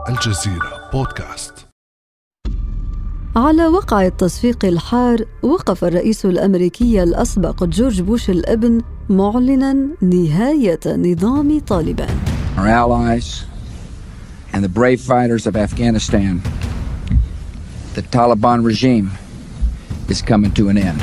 الجزيرة بودكاست. على وقع التصفيق الحار وقف الرئيس الأمريكي الأسبق جورج بوش الابن معلناً نهاية نظام طالبان. Our allies and the brave fighters of Afghanistan, the Taliban regime is coming to an end.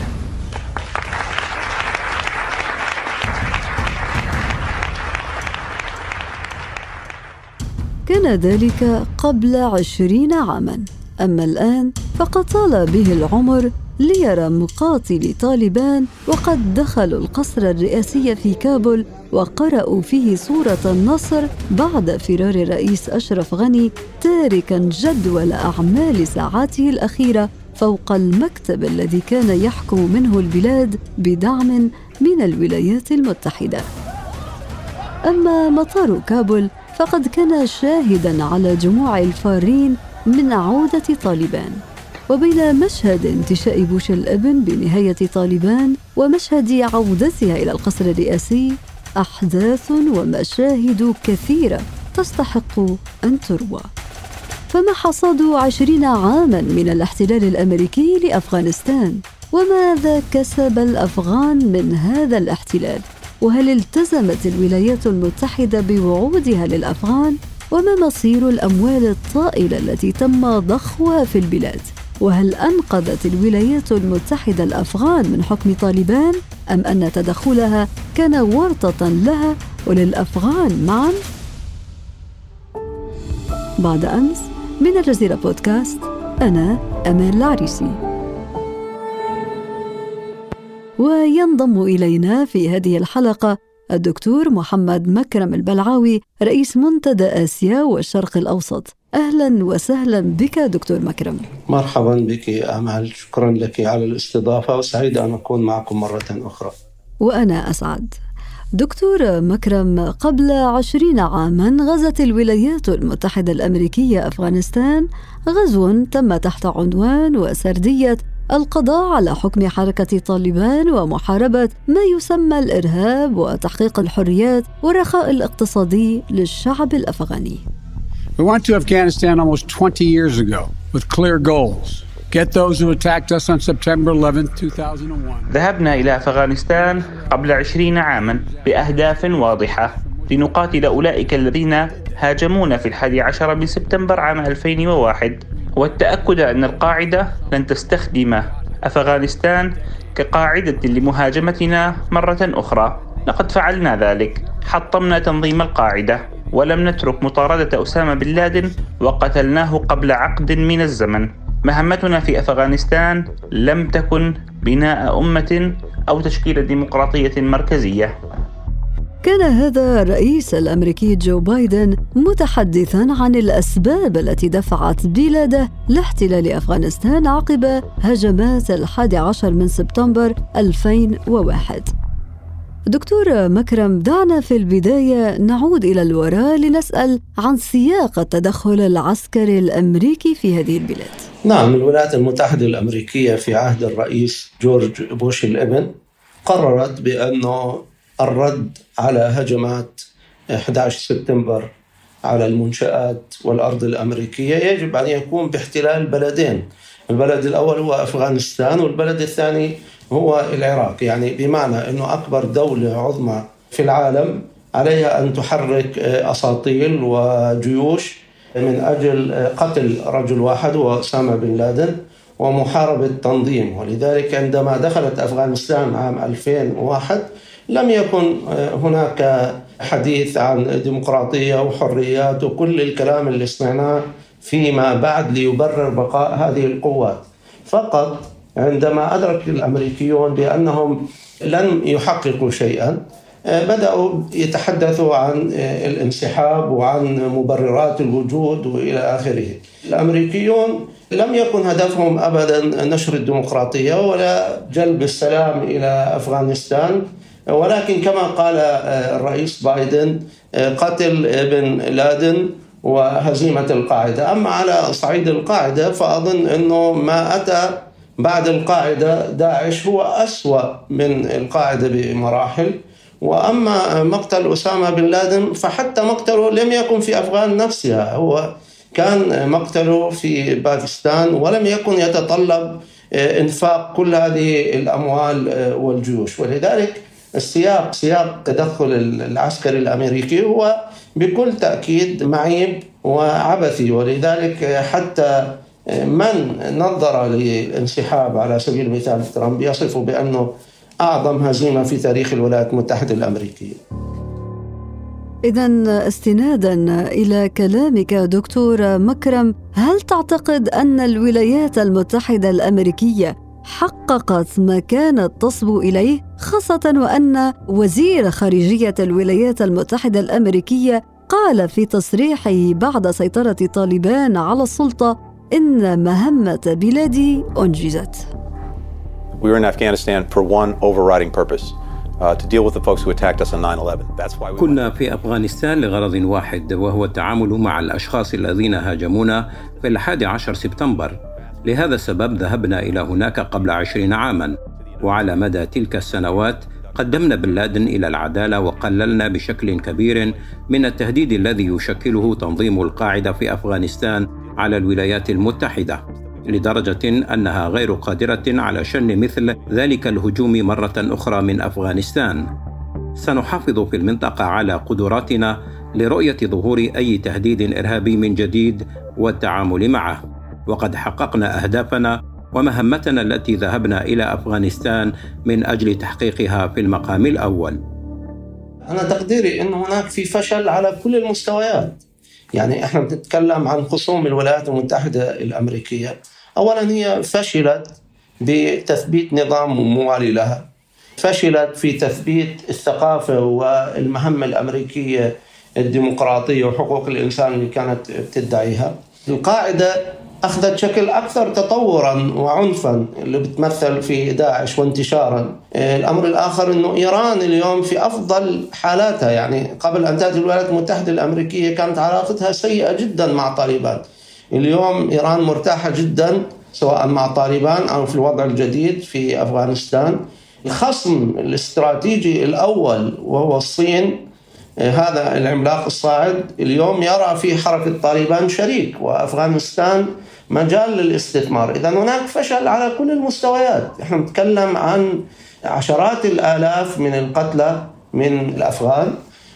كان ذلك قبل 20 عاماً، أما الآن فقد طال به العمر ليرى مقاتلي طالبان وقد دخلوا القصر الرئاسي في كابول وقرأوا فيه صورة النصر بعد فرار الرئيس أشرف غني تاركاً جدول أعمال ساعاته الأخيرة فوق المكتب الذي كان يحكم منه البلاد بدعم من الولايات المتحدة. أما مطار كابول فقد كان شاهداً على جموع الفارين من عودة طالبان. وبين مشهد انتشاء بوش الابن بنهاية طالبان ومشهد عودتها إلى القصر الرئاسي أحداث ومشاهد كثيرة تستحق أن تروى. فما حصاد 20 عاماً من الاحتلال الأمريكي لأفغانستان؟ وماذا كسب الأفغان من هذا الاحتلال؟ وهل التزمت الولايات المتحدة بوعودها للأفغان؟ وما مصير الأموال الطائلة التي تم ضخها في البلاد؟ وهل أنقذت الولايات المتحدة الأفغان من حكم طالبان أم أن تدخلها كان ورطة لها وللأفغان معا؟ بعد أمس من الجزيرة بودكاست، أنا أمال العريسي. وينضم إلينا في هذه الحلقة الدكتور محمد مكرم البلعاوي، رئيس منتدى آسيا والشرق الأوسط. أهلا وسهلا بك دكتور مكرم. مرحبا بك أمال، شكرا لك على الاستضافة وسعيد أن أكون معكم مرة أخرى. وأنا أسعد. دكتور مكرم، قبل 20 عاما غزت الولايات المتحدة الأمريكية أفغانستان، غزو تم تحت عنوان وسردية القضاء على حكم حركة طالبان ومحاربة ما يسمى الإرهاب وتحقيق الحريات والرخاء الاقتصادي للشعب الأفغاني. We went to Afghanistan almost 20 years ago with clear goals. Get those who attacked us on September 11, 2001. ذهبنا إلى أفغانستان قبل 20 عاما بأهداف واضحة لنقاتل أولئك الذين هاجمونا في 11 من سبتمبر عام 2001، والتأكد أن القاعدة لن تستخدم أفغانستان كقاعدة لمهاجمتنا مرة أخرى. لقد فعلنا ذلك، حطمنا تنظيم القاعدة ولم نترك مطاردة أسامة بن لادن وقتلناه قبل عقد من الزمن. مهمتنا في أفغانستان لم تكن بناء أمة أو تشكيل ديمقراطية مركزية. كان هذا الرئيس الأمريكي جو بايدن متحدثاً عن الأسباب التي دفعت بلاده لاحتلال أفغانستان عقب هجمات 11 من سبتمبر 2001. دكتور مكرم، دعنا في البداية نعود إلى الوراء لنسأل عن سياق التدخل العسكري الأمريكي في هذه البلاد. نعم، الولايات المتحدة الأمريكية في عهد الرئيس جورج بوش الابن قررت بأنه الرد على هجمات 11 سبتمبر على المنشآت والأرض الأمريكية يجب أن يكون باحتلال بلدين. البلد الأول هو أفغانستان والبلد الثاني هو العراق، يعني بمعنى أنه أكبر دولة عظمى في العالم عليها أن تحرك أساطيل وجيوش من أجل قتل رجل واحد هو أسامة بن لادن ومحاربة تنظيم. ولذلك عندما دخلت أفغانستان عام 2001 لم يكن هناك حديث عن ديمقراطية وحريات وكل الكلام اللي سمعناه فيما بعد ليبرر بقاء هذه القوات. فقط عندما أدرك الأمريكيون بأنهم لن يحققوا شيئا بدأوا يتحدثوا عن الانسحاب وعن مبررات الوجود وإلى آخره. الأمريكيون لم يكن هدفهم أبدا نشر الديمقراطية ولا جلب السلام إلى أفغانستان، ولكن كما قال الرئيس بايدن قتل بن لادن وهزيمة القاعدة. أما على صعيد القاعدة فأظن أنه ما أتى بعد القاعدة داعش هو أسوأ من القاعدة بمراحل. وأما مقتل أسامة بن لادن فحتى مقتله لم يكن في أفغان نفسها، هو كان مقتله في باكستان، ولم يكن يتطلب إنفاق كل هذه الأموال والجيوش. ولذلك سياق تدخل العسكري الأمريكي هو بكل تأكيد معيب وعبثي. ولذلك حتى من نظر للانسحاب على سبيل المثال ترامب يصفه بأنه أعظم هزيمة في تاريخ الولايات المتحدة الأمريكية. إذن استناداً إلى كلامك دكتور مكرم، هل تعتقد أن الولايات المتحدة الأمريكية حققت ما كانت تصبو إليه، خاصة وأن وزير خارجية الولايات المتحدة الأمريكية قال في تصريحه بعد سيطرة طالبان على السلطة إن مهمة بلادي أنجزت؟ We were in Afghanistan for one overriding purpose. To deal with the folks who attacked us on 9/11. That's why we كنا في أفغانستان لغرض واحد، وهو التعامل مع الأشخاص الذين هاجمونا في 11 سبتمبر. لهذا السبب ذهبنا إلى هناك قبل 20 عاما، وعلى مدى تلك السنوات قدمنا بن لادن إلى العدالة، وقللنا بشكل كبير من التهديد الذي يشكله تنظيم القاعدة في أفغانستان على الولايات المتحدة، لدرجة أنها غير قادرة على شن مثل ذلك الهجوم مرة أخرى من أفغانستان. سنحافظ في المنطقة على قدراتنا لرؤية ظهور أي تهديد إرهابي من جديد والتعامل معه، وقد حققنا أهدافنا ومهمتنا التي ذهبنا إلى أفغانستان من أجل تحقيقها في المقام الأول. أنا تقديري أن هناك في فشل على كل المستويات. يعني احنا بنتكلم عن خصوم الولايات المتحدة الأمريكية، أولا هي فشلت بتثبيت نظام موالي لها، فشلت في تثبيت الثقافة والمهمة الأمريكية الديمقراطية وحقوق الإنسان اللي كانت بتدعيها. القاعدة أخذت شكل أكثر تطوراً وعنفاً اللي بتمثل في داعش وانتشاراً. الأمر الآخر أنه إيران اليوم في أفضل حالاتها، يعني قبل أن تأتي الولايات المتحدة الأمريكية كانت علاقتها سيئة جداً مع طالبان. اليوم إيران مرتاحة جداً سواء مع طالبان أو في الوضع الجديد في أفغانستان. الخصم الاستراتيجي الأول وهو الصين، هذا العملاق الصاعد، اليوم يرى في حركة طالبان شريك، وأفغانستان مجال للاستثمار. إذن هناك فشل على كل المستويات. احنا نتكلم عن عشرات الآلاف من القتلى من الأفغان،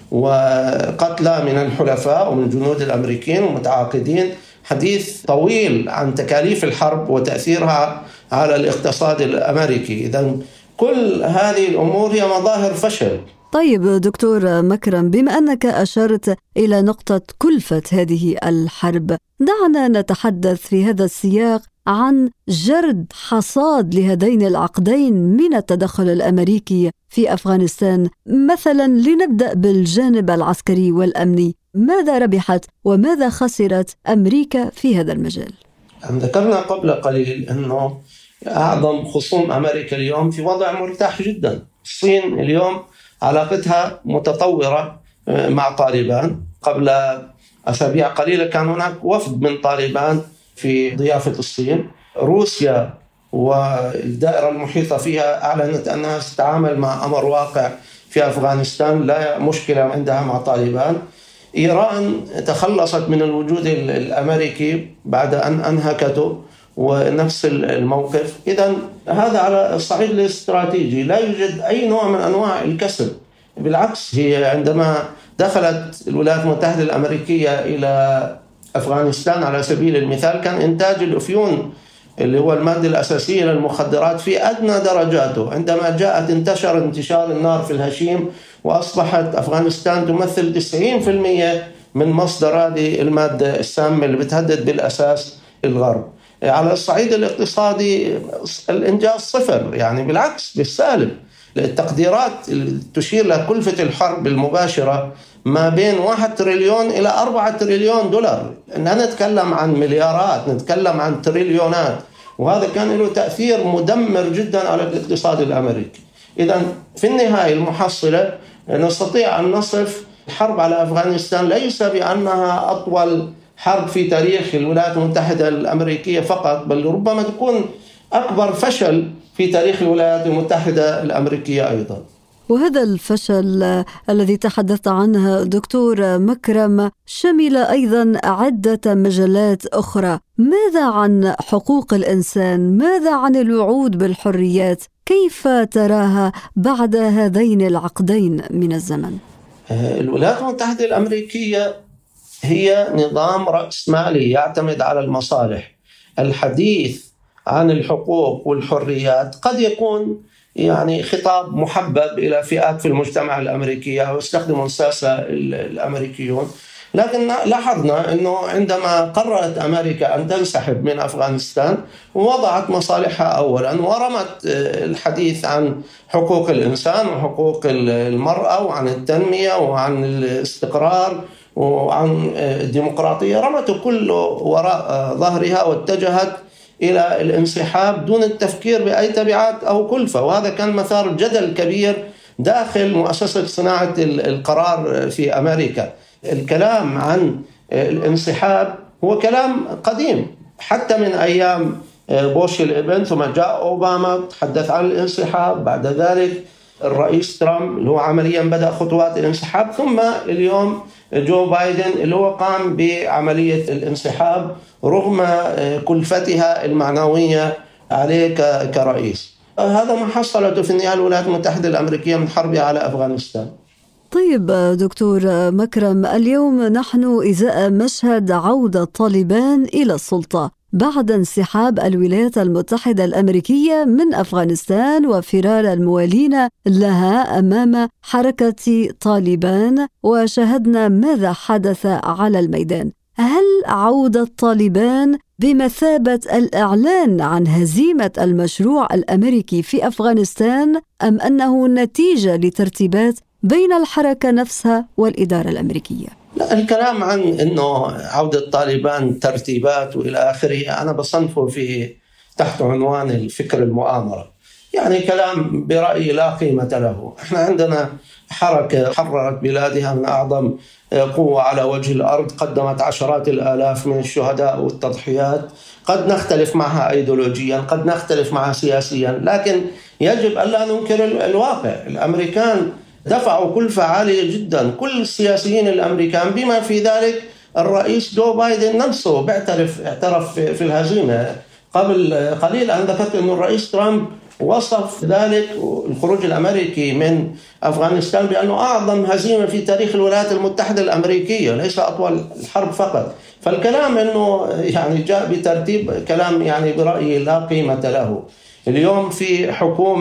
وقتلى من الحلفاء ومن الجنود الأمريكيين ومتعاقدين. حديث طويل عن تكاليف الحرب وتأثيرها على الاقتصاد الأمريكي. إذن كل هذه الأمور هي مظاهر فشل. طيب دكتور مكرم، بما أنك أشرت إلى نقطة كلفة هذه الحرب، دعنا نتحدث في هذا السياق عن جرد حصاد لهذين العقدين من التدخل الأمريكي في أفغانستان. مثلا لنبدأ بالجانب العسكري والأمني، ماذا ربحت وماذا خسرت أمريكا في هذا المجال؟ ذكرنا قبل قليل أنه أعظم خصوم أمريكا اليوم في وضع مرتاح جدا. الصين اليوم علاقتها متطورة مع طالبان. قبل أسابيع قليلة كان هناك وفد من طالبان في ضيافة الصين. روسيا والدائرة المحيطة فيها أعلنت أنها ستتعامل مع أمر واقع في أفغانستان، لا مشكلة عندها مع طالبان. إيران تخلصت من الوجود الأمريكي بعد أن أنهكته، ونفس الموقف. إذن هذا على الصعيد الاستراتيجي لا يوجد أي نوع من أنواع الكسب. بالعكس، هي عندما دخلت الولايات المتحدة الأمريكية إلى أفغانستان على سبيل المثال، كان إنتاج الأفيون اللي هو المادة الأساسية للمخدرات في أدنى درجاته. عندما جاءت انتشار النار في الهشيم، وأصبحت أفغانستان تمثل 90% من مصدر هذه المادة السامة اللي بتهدد بالأساس الغرب. على الصعيد الاقتصادي الإنجاز صفر، يعني بالعكس بالسالب. التقديرات تشير لكلفة الحرب المباشرة ما بين 1 تريليون إلى 4 تريليون دولار. إننا نتكلم عن مليارات، نتكلم عن تريليونات، وهذا كان له تأثير مدمر جدا على الاقتصاد الأمريكي. إذن في النهاية المحصلة نستطيع أن نصف الحرب على أفغانستان ليس بأنها أطول حرب في تاريخ الولايات المتحدة الأمريكية فقط، بل ربما تكون أكبر فشل في تاريخ الولايات المتحدة الأمريكية أيضا. وهذا الفشل الذي تحدث عنه دكتور مكرم شمل أيضا عدة مجالات أخرى. ماذا عن حقوق الإنسان؟ ماذا عن الوعود بالحريات؟ كيف تراها بعد هذين العقدين من الزمن؟ الولايات المتحدة الأمريكية هي نظام رأسمالي يعتمد على المصالح. الحديث عن الحقوق والحريات قد يكون يعني خطاب محبب إلى فئات في المجتمع الأمريكي أو يستخدمه الساسة الأمريكيون، لكن لاحظنا أنه عندما قررت أمريكا أن تنسحب من أفغانستان ووضعت مصالحها أولا ورمت الحديث عن حقوق الإنسان وحقوق المرأة وعن التنمية وعن الاستقرار وعن الديمقراطية، رمته كله وراء ظهرها واتجهت إلى الانسحاب دون التفكير بأي تبعات أو كلفة. وهذا كان مثار جدل كبير داخل مؤسسة صناعة القرار في أمريكا. الكلام عن الانسحاب هو كلام قديم حتى من أيام بوش الابن، ثم جاء أوباما تحدث عن الانسحاب، بعد ذلك الرئيس ترامب اللي هو عمليا بدأ خطوات الانسحاب، ثم اليوم جو بايدن اللي هو قام بعملية الانسحاب رغم كلفتها المعنوية عليه كرئيس. هذا ما حصلته في النهاية الولايات المتحدة الأمريكية من حربها على أفغانستان. طيب دكتور مكرم، اليوم نحن إزاء مشهد عودة طالبان إلى السلطة بعد انسحاب الولايات المتحدة الأمريكية من أفغانستان وفرار الموالين لها أمام حركة طالبان، وشاهدنا ماذا حدث على الميدان. هل عودة طالبان بمثابة الإعلان عن هزيمة المشروع الأمريكي في أفغانستان، أم أنه نتيجة لترتيبات بين الحركة نفسها والإدارة الأمريكية؟ لا، الكلام عن أنه عودة طالبان ترتيبات وإلى آخره أنا بصنفه تحت عنوان الفكر المؤامرة، يعني كلام برأيي لا قيمة له. احنا عندنا حركة حررت بلادها من أعظم قوة على وجه الأرض، قدمت عشرات الآلاف من الشهداء والتضحيات. قد نختلف معها أيديولوجيا، قد نختلف معها سياسيا، لكن يجب ألا ننكر الواقع. الأمريكان دفعوا كلفة عالية جدا، كل السياسيين الأمريكان بما في ذلك الرئيس جو بايدن نفسه اعترف في الهزيمة. قبل قليل أنا ذكرت أن الرئيس ترامب وصف ذلك الخروج الأمريكي من أفغانستان بأنه أعظم هزيمة في تاريخ الولايات المتحدة الأمريكية، ليس أطول الحرب فقط. فالكلام أنه يعني جاء بترتيب كلام يعني برأيي لا قيمة له. اليوم في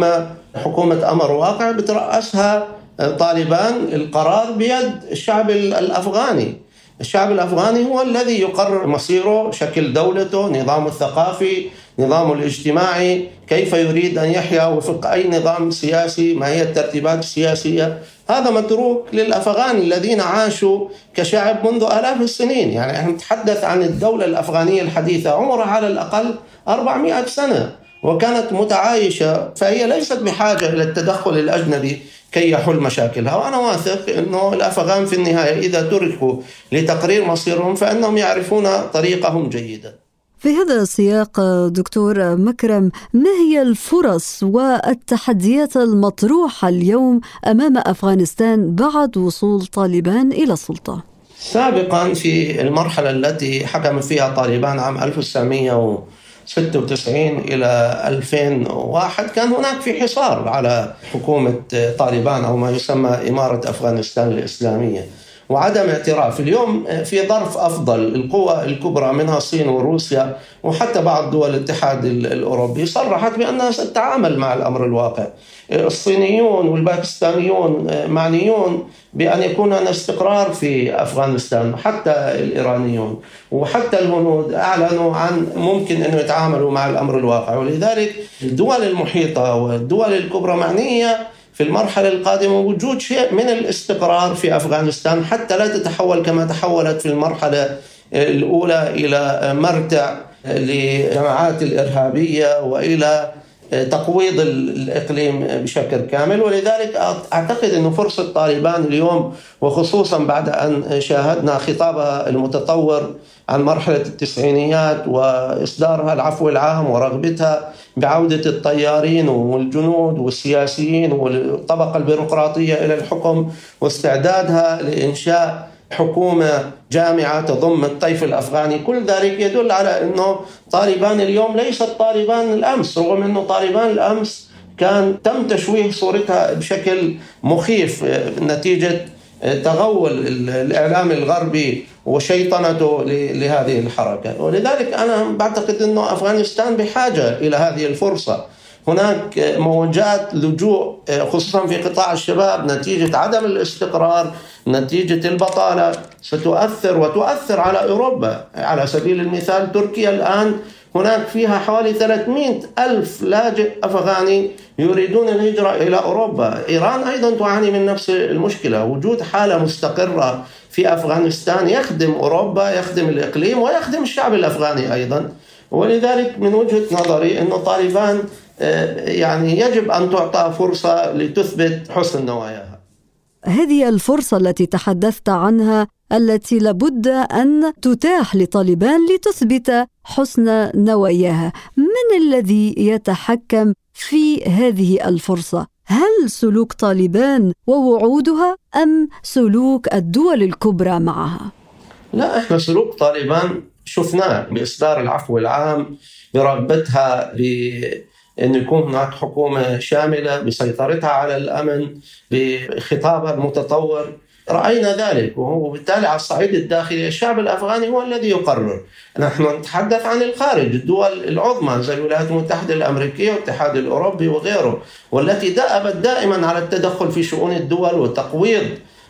حكومة أمر واقع بترأسها طالبان، القرار بيد الشعب الأفغاني. الشعب الأفغاني هو الذي يقرر مصيره، شكل دولته، نظامه الثقافي، نظامه الاجتماعي، كيف يريد أن يحيا وفق أي نظام سياسي، ما هي الترتيبات السياسية. هذا متروك للأفغان الذين عاشوا كشعب منذ آلاف السنين. يعني احنا نتحدث عن الدولة الأفغانية الحديثة عمرها على الأقل 400 سنة وكانت متعايشة، فهي ليست بحاجة إلى التدخل الأجنبي كي يحل مشاكلها. وأنا واثق أنه الأفغان في النهاية إذا تركوا لتقرير مصيرهم فإنهم يعرفون طريقهم جيدا. في هذا السياق دكتور مكرم، ما هي الفرص والتحديات المطروحة اليوم أمام أفغانستان بعد وصول طالبان إلى السلطة؟ سابقا في المرحلة التي حكم فيها طالبان عام 1996 إلى 2001 كان هناك في حصار على حكومة طالبان أو ما يسمى إمارة أفغانستان الإسلامية وعدم اعتراف. اليوم في ظرف أفضل، القوى الكبرى منها الصين وروسيا وحتى بعض دول الاتحاد الأوروبي صرحت بأنها ستتعامل مع الأمر الواقع. الصينيون والباكستانيون معنيون بأن يكون استقرار في أفغانستان، حتى الإيرانيون وحتى الهنود أعلنوا عن ممكن أن يتعاملوا مع الأمر الواقع. ولذلك الدول المحيطة والدول الكبرى معنية في المرحلة القادمة وجود شيء من الاستقرار في أفغانستان حتى لا تتحول كما تحولت في المرحلة الأولى إلى مرتع لجماعات الإرهابية وإلى تقويض الإقليم بشكل كامل. ولذلك أعتقد أن فرصة طالبان اليوم، وخصوصا بعد أن شاهدنا خطابها المتطور عن مرحلة التسعينيات وإصدارها العفو العام ورغبتها بعودة الطيارين والجنود والسياسيين والطبقة البيروقراطية إلى الحكم واستعدادها لإنشاء حكومة جامعة تضم الطيف الأفغاني، كل ذلك يدل على أنه طالبان اليوم ليست طالبان الأمس، رغم أنه طالبان الأمس كان تم تشويه صورتها بشكل مخيف نتيجة تغول الإعلام الغربي وشيطنته لهذه الحركة. ولذلك أنا بعتقد أنه أفغانستان بحاجة إلى هذه الفرصة. هناك موجات لجوء خصوصا في قطاع الشباب نتيجة عدم الاستقرار، نتيجة البطالة، ستؤثر وتؤثر على أوروبا. على سبيل المثال تركيا الآن هناك فيها حوالي 300,000 لاجئ أفغاني يريدون الهجرة إلى أوروبا. إيران أيضا تعاني من نفس المشكلة. وجود حالة مستقرة في أفغانستان يخدم أوروبا، يخدم الإقليم، ويخدم الشعب الأفغاني أيضا. ولذلك من وجهة نظري أن طالبان يعني يجب أن تعطى فرصة لتثبت حسن نواياها. هذه الفرصة التي تحدثت عنها التي لابد أن تتاح لطالبان لتثبت حسن نواياها، من الذي يتحكم في هذه الفرصة؟ هل سلوك طالبان ووعودها أم سلوك الدول الكبرى معها؟ لا، إحنا سلوك طالبان شفناه بإصدار العفو العام، برغبتها بأن يكون هناك حكومة شاملة، بسيطرتها على الأمن، بخطابها المتطور. رأينا ذلك. وبالتالي على الصعيد الداخلي الشعب الأفغاني هو الذي يقرر. نحن نتحدث عن الخارج، الدول العظمى زي الولايات المتحدة الأمريكية والاتحاد الأوروبي وغيره، والتي دأبت دائما على التدخل في شؤون الدول وتقويض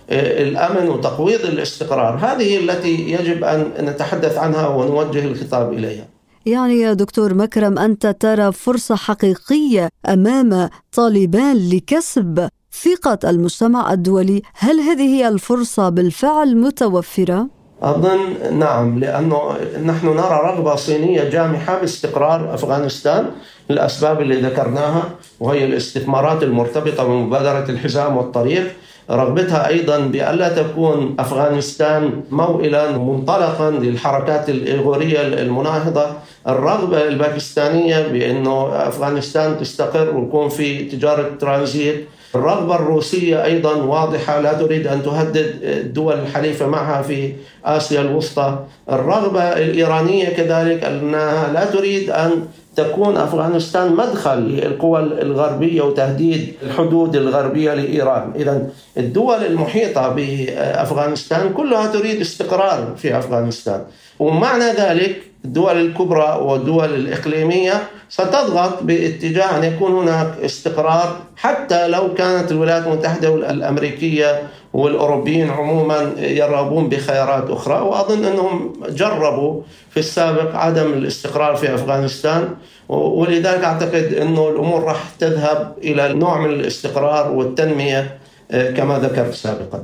الأمن وتقويض الاستقرار. هذه التي يجب أن نتحدث عنها ونوجه الخطاب إليها. يعني يا دكتور مكرم، أنت ترى فرصة حقيقية أمام طالبان لكسب ثقة المجتمع الدولي. هل هذه هي الفرصة بالفعل متوفرة؟ أظن نعم، لأنه نحن نرى رغبة صينية جامحة باستقرار أفغانستان للأسباب اللي ذكرناها، وهي الاستثمارات المرتبطة بمبادرة الحزام والطريق. رغبتها أيضا بألا تكون أفغانستان موئلا منطلقا للحركات الإيغورية المناهضة. الرغبة الباكستانية بأنه أفغانستان تستقر ويكون في تجارة ترانزيت. الرغبة الروسية أيضا واضحة، لا تريد أن تهدد الدول الحليفة معها في آسيا الوسطى. الرغبة الإيرانية كذلك، أنها لا تريد أن تكون أفغانستان مدخل للقوى الغربية وتهديد الحدود الغربية لإيران. إذن الدول المحيطة بأفغانستان كلها تريد استقرار في أفغانستان، ومعنى ذلك الدول الكبرى والدول الإقليمية ستضغط باتجاه أن يكون هناك استقرار، حتى لو كانت الولايات المتحدة الأمريكية والأوروبيين عموما يرغبون بخيارات أخرى. وأظن أنهم جربوا في السابق عدم الاستقرار في أفغانستان، ولذلك أعتقد أنه الأمور راح تذهب إلى نوع من الاستقرار والتنمية كما ذكرت سابقا.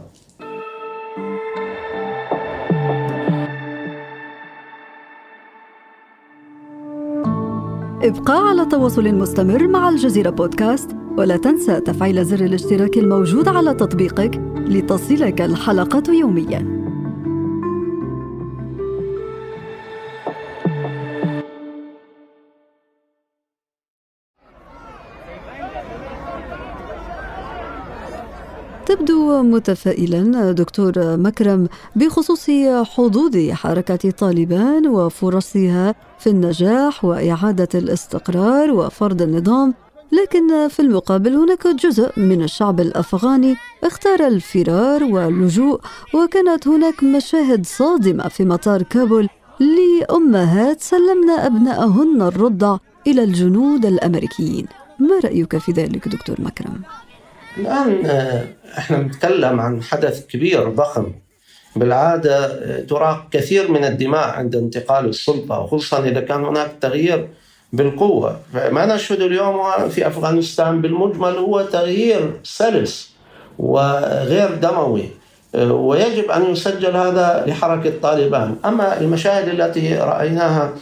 ابقى على تواصل مستمر مع الجزيرة بودكاست، ولا تنسى تفعيل زر الاشتراك الموجود على تطبيقك لتصلك الحلقة يومياً. تبدو متفائلا دكتور مكرم بخصوص حظوظ حركة طالبان وفرصها في النجاح وإعادة الاستقرار وفرض النظام، لكن في المقابل هناك جزء من الشعب الأفغاني اختار الفرار واللجوء، وكانت هناك مشاهد صادمة في مطار كابول لأمهات سلمن أبنائهن الرضع إلى الجنود الأمريكيين. ما رأيك في ذلك دكتور مكرم؟ الآن احنا نتكلم عن حدث كبير ضخم. بالعادة تراق كثير من الدماء عند انتقال السلطة، وخصوصا إذا كان هناك تغيير بالقوة. ما نشهد اليوم في أفغانستان بالمجمل هو تغيير سلس وغير دموي، ويجب أن يسجل هذا لحركة طالبان. أما المشاهد التي رأيناها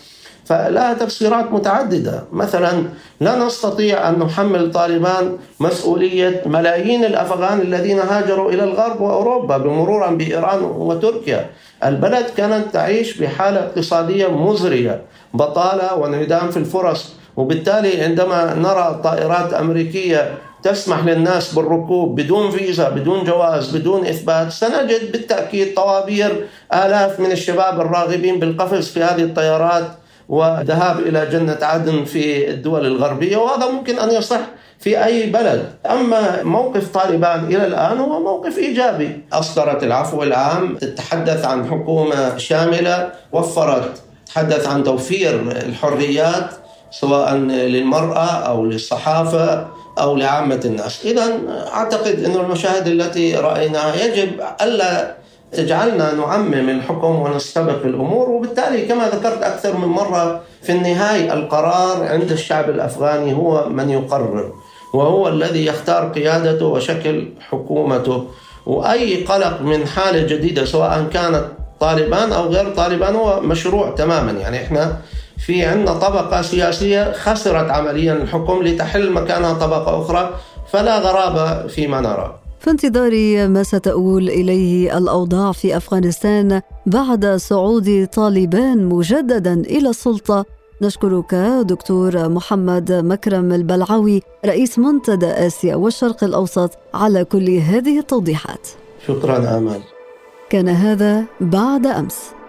فلها تفسيرات متعددة. مثلا لا نستطيع أن نحمل طالبان مسؤولية ملايين الأفغان الذين هاجروا إلى الغرب وأوروبا بمرورا بإيران وتركيا. البلد كانت تعيش بحالة اقتصادية مزرية، بطالة وانعدام في الفرص، وبالتالي عندما نرى طائرات أمريكية تسمح للناس بالركوب بدون فيزا، بدون جواز، بدون إثبات، سنجد بالتأكيد طوابير آلاف من الشباب الراغبين بالقفز في هذه الطيارات وذهاب إلى جنة عدن في الدول الغربية، وهذا ممكن أن يصح في أي بلد. أما موقف طالبان إلى الآن هو موقف إيجابي. أصدرت العفو العام، تتحدث عن حكومة شاملة تتحدث عن توفير الحريات سواء للمرأة أو للصحافة أو لعامة الناس. إذن أعتقد أن المشاهد التي رأيناها يجب ألا تجعلنا نعمم الحكم ونستبق الأمور، وبالتالي كما ذكرت أكثر من مرة في النهاية القرار عند الشعب الأفغاني، هو من يقرر وهو الذي يختار قيادته وشكل حكومته. وأي قلق من حالة جديدة سواء كانت طالبان أو غير طالبان هو مشروع تماما. يعني إحنا في عندنا طبقة سياسية خسرت عمليا الحكم لتحل مكانها طبقة أخرى، فلا غرابة فيما نرى. في انتظار ما ستؤول إليه الأوضاع في أفغانستان بعد صعود طالبان مجددا إلى السلطة، نشكرك دكتور محمد مكرم البلعوي رئيس منتدى آسيا والشرق الأوسط على كل هذه التوضيحات. شكرا آمال. كان هذا بعد أمس.